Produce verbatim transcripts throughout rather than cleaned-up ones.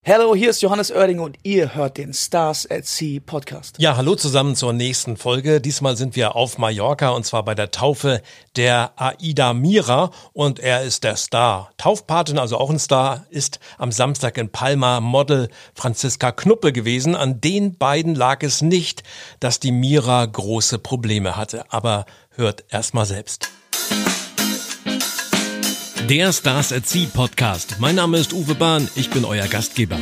Hallo, hier ist Johannes Oerding und ihr hört den Stars at Sea Podcast. Ja, hallo zusammen zur nächsten Folge. Diesmal sind wir auf Mallorca und zwar bei der Taufe der Aida Mira und er ist der Star. Taufpatin, also auch ein Star, ist am Samstag in Palma Model Franziska Knuppe gewesen. An den beiden lag es nicht, dass die Mira große Probleme hatte. Aber hört erst mal selbst. Der Stars at Sea Podcast. Mein Name ist Uwe Bahn, ich bin euer Gastgeber.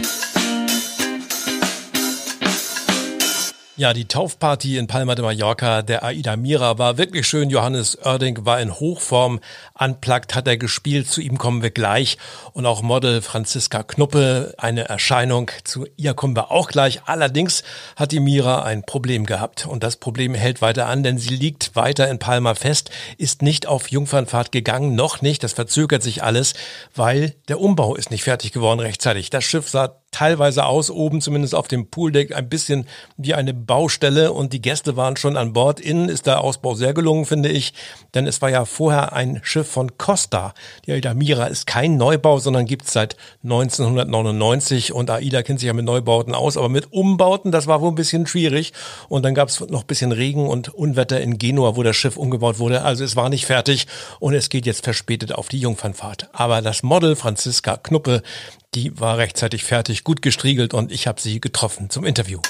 Ja, die Taufparty in Palma de Mallorca der Aida Mira war wirklich schön. Johannes Oerding war in Hochform. Unplugged hat er gespielt, zu ihm kommen wir gleich. Und auch Model Franziska Knuppe, eine Erscheinung, zu ihr kommen wir auch gleich. Allerdings hat die Mira ein Problem gehabt. Und das Problem hält weiter an, denn sie liegt weiter in Palma fest, ist nicht auf Jungfernfahrt gegangen, noch nicht. Das verzögert sich alles, weil der Umbau ist nicht fertig geworden rechtzeitig. Das Schiff sah teilweise aus, oben zumindest auf dem Pooldeck, ein bisschen wie eine Baustelle und die Gäste waren schon an Bord. Innen ist der Ausbau sehr gelungen, finde ich, denn es war ja vorher ein Schiff von Costa. Die Aida Mira ist kein Neubau, sondern gibt es seit neunzehnhundertneunundneunzig und Aida kennt sich ja mit Neubauten aus, aber mit Umbauten, das war wohl ein bisschen schwierig und dann gab es noch ein bisschen Regen und Unwetter in Genua, wo das Schiff umgebaut wurde, also es war nicht fertig und es geht jetzt verspätet auf die Jungfernfahrt. Aber das Model Franziska Knuppe, die war rechtzeitig fertig, gut gestriegelt und ich habe sie getroffen zum Interview.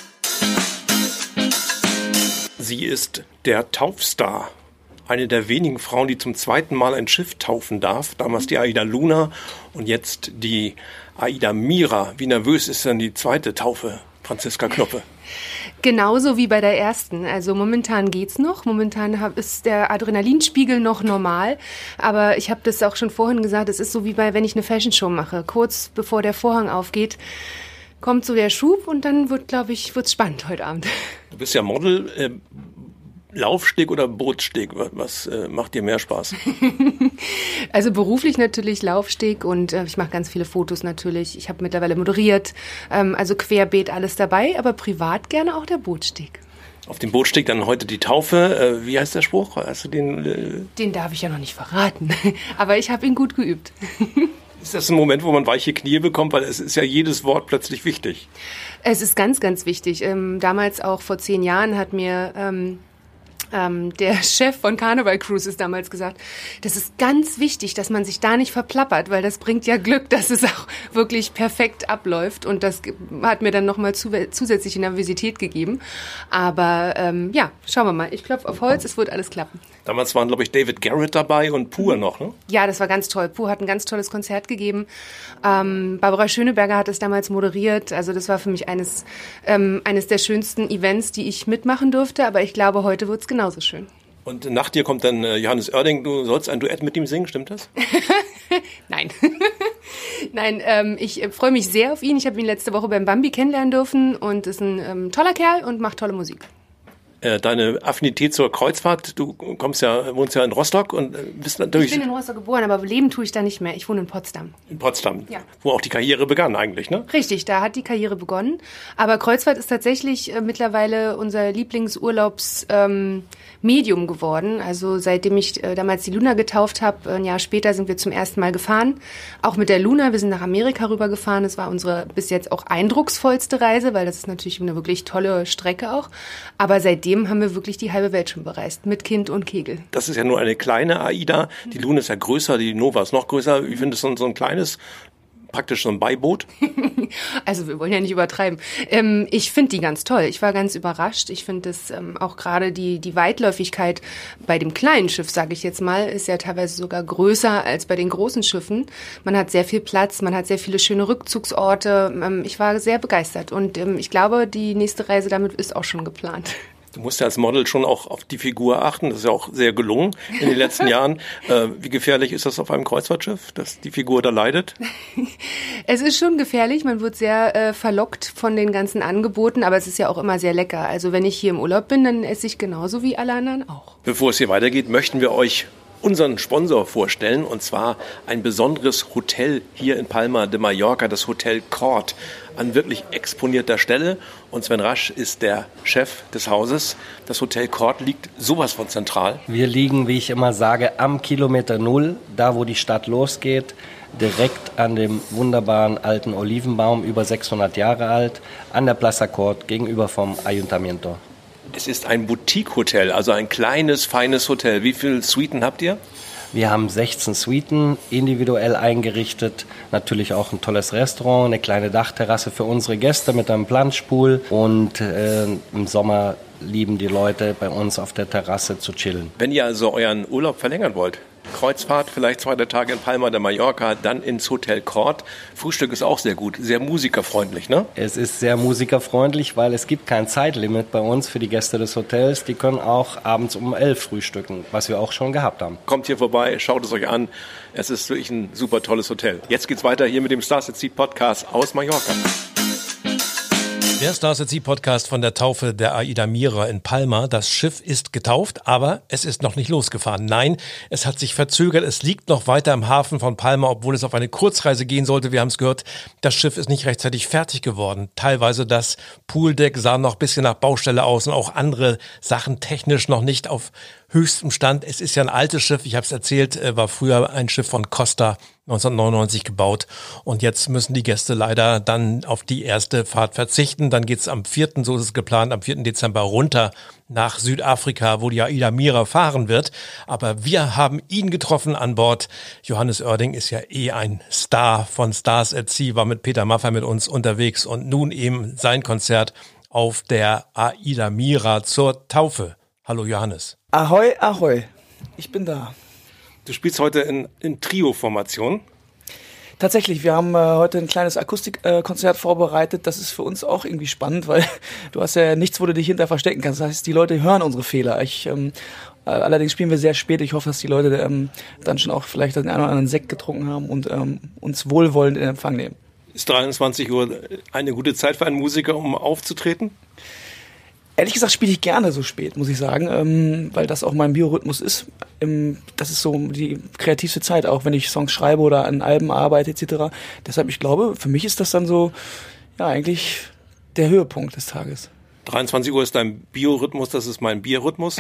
Sie ist der Taufstar. Eine der wenigen Frauen, die zum zweiten Mal ein Schiff taufen darf. Damals die Aida Luna und jetzt die Aida Mira. Wie nervös ist denn die zweite Taufe, Franziska Knuppe? Genauso wie bei der ersten. Also momentan geht's noch. Momentan ist der Adrenalinspiegel noch normal. Aber ich habe das auch schon vorhin gesagt, es ist so wie bei, wenn ich eine Fashion-Show mache. Kurz bevor der Vorhang aufgeht, kommt so der Schub und dann wird, glaube ich, wird's spannend heute Abend. Du bist ja Model. Äh, Laufsteg oder Bootssteg? Was, was äh, macht dir mehr Spaß? Also beruflich natürlich Laufsteg und äh, ich mache ganz viele Fotos natürlich. Ich habe mittlerweile moderiert, ähm, also querbeet alles dabei, aber privat gerne auch der Bootssteg. Auf dem Bootsteg dann heute die Taufe. Äh, wie heißt der Spruch? Hast du den? Äh Den darf ich ja noch nicht verraten, aber ich habe ihn gut geübt. Ist das ein Moment, wo man weiche Knie bekommt? Weil es ist ja jedes Wort plötzlich wichtig. Es ist ganz, ganz wichtig. Ähm, damals auch vor zehn Jahren hat mir Ähm, Ähm, der Chef von Carnival Cruises damals gesagt, das ist ganz wichtig, dass man sich da nicht verplappert, weil das bringt ja Glück, dass es auch wirklich perfekt abläuft und das hat mir dann nochmal zu, zusätzliche Nervosität gegeben. Aber ähm, ja, schauen wir mal. Ich klopfe auf Holz, es wird alles klappen. Damals waren, glaube ich, David Garrett dabei und Pur noch, ne? Ja, das war ganz toll. Pur hat ein ganz tolles Konzert gegeben. Ähm, Barbara Schöneberger hat es damals moderiert. Also das war für mich eines, ähm, eines der schönsten Events, die ich mitmachen durfte. Aber ich glaube, heute wird es genauso schön. Und nach dir kommt dann äh, Johannes Oerding. Du sollst ein Duett mit ihm singen, stimmt das? Nein. Nein, ähm, ich äh, freue mich sehr auf ihn. Ich habe ihn letzte Woche beim Bambi kennenlernen dürfen und ist ein ähm, toller Kerl und macht tolle Musik. Deine Affinität zur Kreuzfahrt, du kommst ja, wohnst ja in Rostock und bist natürlich... Ich bin in Rostock geboren, aber leben tue ich da nicht mehr. Ich wohne in Potsdam. In Potsdam, ja. Wo auch die Karriere begann eigentlich, ne? Richtig, da hat die Karriere begonnen. Aber Kreuzfahrt ist tatsächlich äh, mittlerweile unser Lieblingsurlaubsmedium ähm, geworden. Also seitdem ich äh, damals die Luna getauft habe, ein Jahr später sind wir zum ersten Mal gefahren. Auch mit der Luna, wir sind nach Amerika rübergefahren. Das war unsere bis jetzt auch eindrucksvollste Reise, weil das ist natürlich eine wirklich tolle Strecke auch. Aber seitdem haben wir wirklich die halbe Welt schon bereist, mit Kind und Kegel. Das ist ja nur eine kleine Aida. Die Luna ist ja größer, die Nova ist noch größer. Ich finde, es so, so ein kleines, praktisch so ein Beiboot. Also wir wollen ja nicht übertreiben. Ähm, ich finde die ganz toll. Ich war ganz überrascht. Ich finde das ähm, auch gerade die, die Weitläufigkeit bei dem kleinen Schiff, sage ich jetzt mal, ist ja teilweise sogar größer als bei den großen Schiffen. Man hat sehr viel Platz, man hat sehr viele schöne Rückzugsorte. Ähm, ich war sehr begeistert und ähm, ich glaube, die nächste Reise damit ist auch schon geplant. Du musst ja als Model schon auch auf die Figur achten. Das ist ja auch sehr gelungen in den letzten Jahren. Äh, wie gefährlich ist das auf einem Kreuzfahrtschiff, dass die Figur da leidet? Es ist schon gefährlich. Man wird sehr äh, verlockt von den ganzen Angeboten, aber es ist ja auch immer sehr lecker. Also wenn ich hier im Urlaub bin, dann esse ich genauso wie alle anderen auch. Bevor es hier weitergeht, möchten wir euch unseren Sponsor vorstellen, und zwar ein besonderes Hotel hier in Palma de Mallorca, das Hotel Court, an wirklich exponierter Stelle. Und Sven Rasch ist der Chef des Hauses. Das Hotel Court liegt sowas von zentral. Wir liegen, wie ich immer sage, am Kilometer Null, da wo die Stadt losgeht. direkt an dem wunderbaren alten Olivenbaum, über sechshundert Jahre alt, an der Plaza Cort gegenüber vom Ayuntamiento. Es ist ein Boutique-Hotel, also ein kleines, feines Hotel. Wie viele Suiten habt ihr? Wir haben sechzehn Suiten, individuell eingerichtet. Natürlich auch ein tolles Restaurant, eine kleine Dachterrasse für unsere Gäste mit einem Planschpool. Und äh, im Sommer lieben die Leute bei uns auf der Terrasse zu chillen. Wenn ihr also euren Urlaub verlängern wollt, Kreuzfahrt, vielleicht zwei, drei Tage in Palma de Mallorca, dann ins Hotel Cort. Frühstück ist auch sehr gut, sehr musikerfreundlich, ne? Es ist sehr musikerfreundlich, weil es gibt kein Zeitlimit bei uns für die Gäste des Hotels. Die können auch abends um elf frühstücken, was wir auch schon gehabt haben. Kommt hier vorbei, schaut es euch an. Es ist wirklich ein super tolles Hotel. Jetzt geht's weiter hier mit dem Stars at Sea Podcast aus Mallorca. Der Stars at Sea Podcast von der Taufe der Aida Mira in Palma. Das Schiff ist getauft, aber es ist noch nicht losgefahren. Nein, es hat sich verzögert. Es liegt noch weiter im Hafen von Palma, obwohl es auf eine Kurzreise gehen sollte. Wir haben es gehört, das Schiff ist nicht rechtzeitig fertig geworden. Teilweise das Pooldeck sah noch ein bisschen nach Baustelle aus und auch andere Sachen technisch noch nicht auf höchstem Stand. Es ist ja ein altes Schiff, ich habe es erzählt, war früher ein Schiff von Costa neunzehnhundertneunundneunzig gebaut und jetzt müssen die Gäste leider dann auf die erste Fahrt verzichten. Dann geht's am vierten, so ist es geplant, am vierten Dezember runter nach Südafrika, wo die Aida Mira fahren wird. Aber wir haben ihn getroffen an Bord. Johannes Oerding ist ja eh ein Star von Stars at Sea, war mit Peter Maffay mit uns unterwegs und nun eben sein Konzert auf der Aida Mira zur Taufe. Hallo Johannes. Ahoi, ahoi. Ich bin da. Du spielst heute in, in Trio-Formation. Tatsächlich, wir haben äh, heute ein kleines Akustikkonzert äh, vorbereitet. Das ist für uns auch irgendwie spannend, weil du hast ja nichts, wo du dich hinter verstecken kannst. Das heißt, die Leute hören unsere Fehler. Ich, ähm, äh, allerdings spielen wir sehr spät. Ich hoffe, dass die Leute ähm, dann schon auch vielleicht den einen oder anderen Sekt getrunken haben und ähm, uns wohlwollend in Empfang nehmen. Ist dreiundzwanzig Uhr eine gute Zeit für einen Musiker, um aufzutreten? Ehrlich gesagt spiele ich gerne so spät, muss ich sagen, ähm, weil das auch mein Biorhythmus ist. Ähm, das ist so die kreativste Zeit, auch wenn ich Songs schreibe oder an Alben arbeite et cetera. Deshalb, ich glaube, für mich ist das dann so, ja, eigentlich der Höhepunkt des Tages. dreiundzwanzig Uhr ist dein Biorhythmus, das ist mein Bierrhythmus.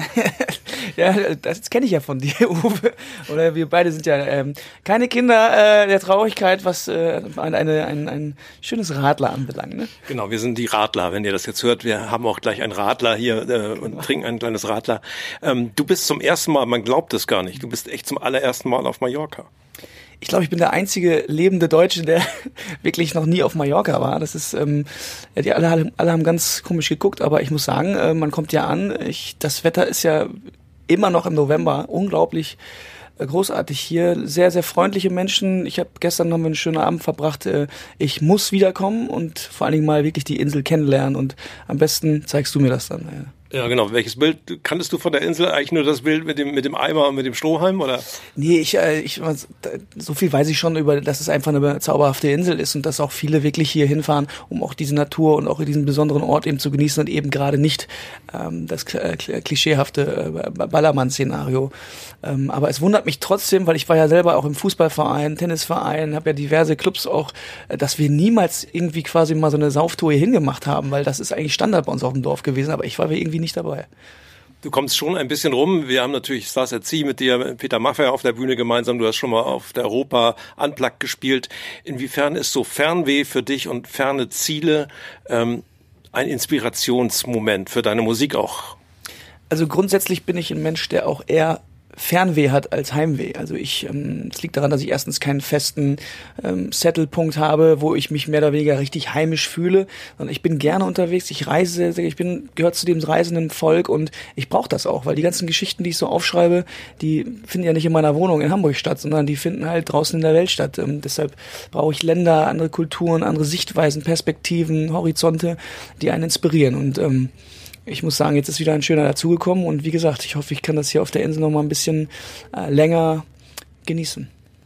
Ja, das kenne ich ja von dir, Uwe. Oder wir beide sind ja ähm, keine Kinder äh, der Traurigkeit, was äh, eine, ein, ein schönes Radler anbelangt. Ne? Genau, wir sind die Radler, wenn ihr das jetzt hört. Wir haben auch gleich einen Radler hier äh, und trinken ein kleines Radler. Ähm, du bist zum ersten Mal, man glaubt es gar nicht, du bist echt zum allerersten Mal auf Mallorca. Ich glaube, ich bin der einzige lebende Deutsche, der wirklich noch nie auf Mallorca war. Das ist, ähm, ja, die alle, alle haben ganz komisch geguckt, aber ich muss sagen, äh, man kommt ja an. Ich, das Wetter ist ja immer noch im November unglaublich äh, großartig hier. Sehr, sehr freundliche Menschen. Ich habe gestern haben wir einen schönen Abend verbracht. Äh, ich muss wiederkommen und vor allen Dingen mal wirklich die Insel kennenlernen. Und am besten zeigst du mir das dann. Ja. Ja, genau. Welches Bild? Kanntest du von der Insel eigentlich nur das Bild mit dem mit dem Eimer und mit dem Strohhalm, oder? Nee, ich, äh, ich so viel weiß ich schon über, dass es einfach eine zauberhafte Insel ist und dass auch viele wirklich hier hinfahren, um auch diese Natur und auch diesen besonderen Ort eben zu genießen und eben gerade nicht ähm, das äh, klischeehafte äh, Ballermann-Szenario. Ähm, aber es wundert mich trotzdem, weil ich war ja selber auch im Fußballverein, Tennisverein, habe ja diverse Clubs auch, äh, dass wir niemals irgendwie quasi mal so eine Sauftour hier hingemacht haben, weil das ist eigentlich Standard bei uns auf dem Dorf gewesen, aber ich war irgendwie nicht dabei. Du kommst schon ein bisschen rum. Wir haben natürlich Stars at Sea mit dir, Peter Maffay auf der Bühne gemeinsam. Du hast schon mal auf der Europa Unplugged gespielt. Inwiefern ist so Fernweh für dich und ferne Ziele ähm, ein Inspirationsmoment für deine Musik auch? Also grundsätzlich bin ich ein Mensch, der auch eher Fernweh hat als Heimweh. Also ich, ähm, es liegt daran, dass ich erstens keinen festen ähm, Settlepunkt habe, wo ich mich mehr oder weniger richtig heimisch fühle, sondern ich bin gerne unterwegs, ich reise, ich bin, gehört zu dem reisenden Volk und ich brauche das auch, weil die ganzen Geschichten, die ich so aufschreibe, die finden ja nicht in meiner Wohnung in Hamburg statt, sondern die finden halt draußen in der Welt statt. Ähm, deshalb brauche ich Länder, andere Kulturen, andere Sichtweisen, Perspektiven, Horizonte, die einen inspirieren und ähm, ich muss sagen, jetzt ist wieder ein schöner dazugekommen und wie gesagt, ich hoffe, ich kann das hier auf der Insel noch mal ein bisschen äh, länger genießen.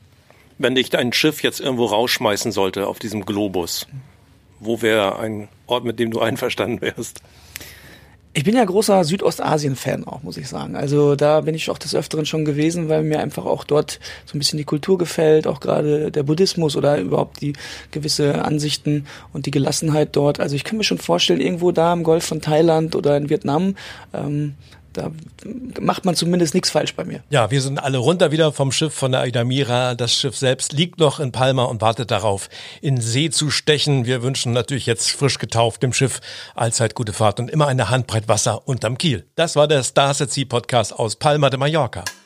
Wenn dich dein Schiff jetzt irgendwo rausschmeißen sollte auf diesem Globus, wo wäre ein Ort, mit dem du einverstanden wärst? Ich bin ja großer Südostasien-Fan auch, muss ich sagen. Also da bin ich auch des Öfteren schon gewesen, weil mir einfach auch dort so ein bisschen die Kultur gefällt, auch gerade der Buddhismus oder überhaupt die gewisse Ansichten und die Gelassenheit dort. Also ich kann mir schon vorstellen, irgendwo da im Golf von Thailand oder in Vietnam, ähm, da macht man zumindest nichts falsch bei mir. Ja, wir sind alle runter wieder vom Schiff von der AIDA Mira. Das Schiff selbst liegt noch in Palma und wartet darauf, in See zu stechen. Wir wünschen natürlich jetzt frisch getauft dem Schiff allzeit gute Fahrt und immer eine Handbreit Wasser unterm Kiel. Das war der Stars at Sea Podcast aus Palma de Mallorca.